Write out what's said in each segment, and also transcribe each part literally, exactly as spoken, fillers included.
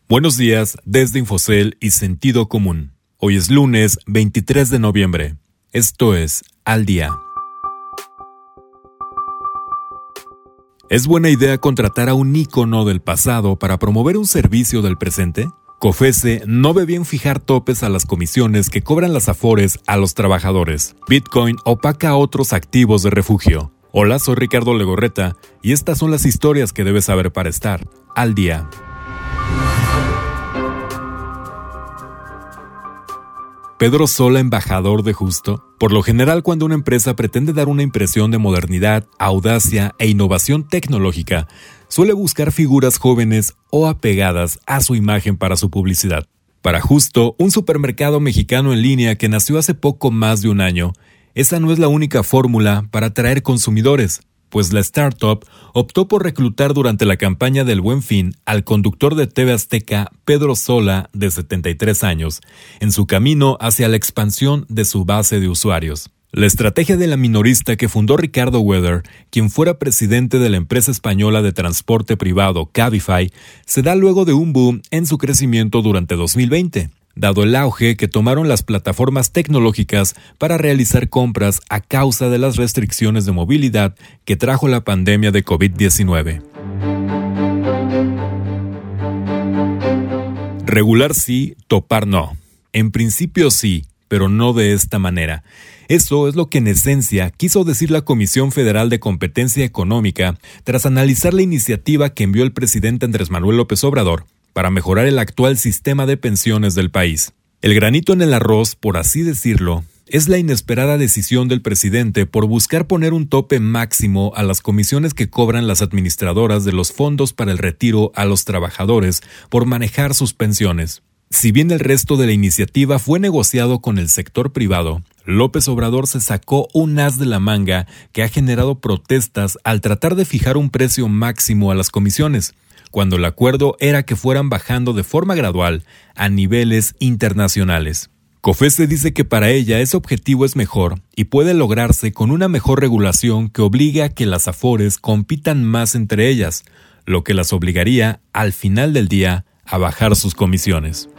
Buenos días desde Infocel y Sentido Común. Hoy es lunes veintitrés de noviembre. Esto es Al Día. ¿Es buena idea contratar a un ícono del pasado para promover un servicio del presente? COFECE no ve bien fijar topes a las comisiones que cobran las Afores a los trabajadores. Bitcoin opaca a otros activos de refugio. Hola, soy Ricardo Legorreta y estas son las historias que debes saber para estar al día. Pedro Sola, embajador de Justo. Por lo general, cuando una empresa pretende dar una impresión de modernidad, audacia e innovación tecnológica, suele buscar figuras jóvenes o apegadas a su imagen para su publicidad. Para Justo, un supermercado mexicano en línea que nació hace poco más de un año, esa no es la única fórmula para atraer consumidores, pues la startup optó por reclutar durante la campaña del Buen Fin al conductor de T V Azteca Pedro Sola, de setenta y tres años, en su camino hacia la expansión de su base de usuarios. La estrategia de la minorista que fundó Ricardo Weather, quien fuera presidente de la empresa española de transporte privado Cabify, se da luego de un boom en su crecimiento durante dos mil veinte. Dado el auge que tomaron las plataformas tecnológicas para realizar compras a causa de las restricciones de movilidad que trajo la pandemia de covid diecinueve. Regular sí, topar no. En principio sí, pero no de esta manera. Eso es lo que en esencia quiso decir la Comisión Federal de Competencia Económica tras analizar la iniciativa que envió el presidente Andrés Manuel López Obrador para mejorar el actual sistema de pensiones del país. El granito en el arroz, por así decirlo, es la inesperada decisión del presidente por buscar poner un tope máximo a las comisiones que cobran las administradoras de los fondos para el retiro a los trabajadores por manejar sus pensiones. Si bien el resto de la iniciativa fue negociado con el sector privado, López Obrador se sacó un as de la manga que ha generado protestas al tratar de fijar un precio máximo a las comisiones, cuando el acuerdo era que fueran bajando de forma gradual a niveles internacionales. COFECE dice que para ella ese objetivo es mejor y puede lograrse con una mejor regulación que obligue a que las Afores compitan más entre ellas, lo que las obligaría, al final del día, a bajar sus comisiones.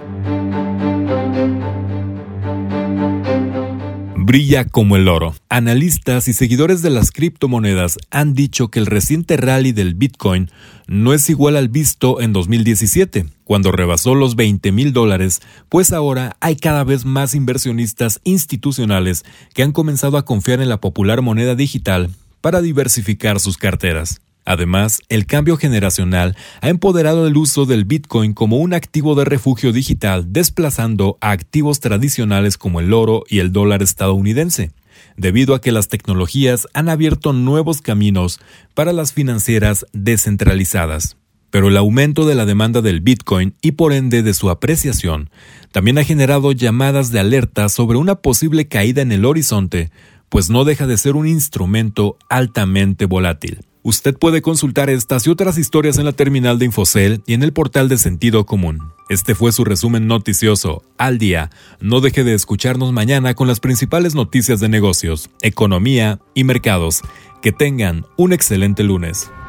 Brilla como el oro. Analistas y seguidores de las criptomonedas han dicho que el reciente rally del Bitcoin no es igual al visto en dos mil diecisiete, cuando rebasó los veinte mil dólares, pues ahora hay cada vez más inversionistas institucionales que han comenzado a confiar en la popular moneda digital para diversificar sus carteras. Además, el cambio generacional ha empoderado el uso del Bitcoin como un activo de refugio digital, desplazando a activos tradicionales como el oro y el dólar estadounidense, debido a que las tecnologías han abierto nuevos caminos para las financieras descentralizadas. Pero el aumento de la demanda del Bitcoin y por ende de su apreciación también ha generado llamadas de alerta sobre una posible caída en el horizonte, pues no deja de ser un instrumento altamente volátil. Usted puede consultar estas y otras historias en la terminal de Infocel y en el portal de Sentido Común. Este fue su resumen noticioso al día. No deje de escucharnos mañana con las principales noticias de negocios, economía y mercados. Que tengan un excelente lunes.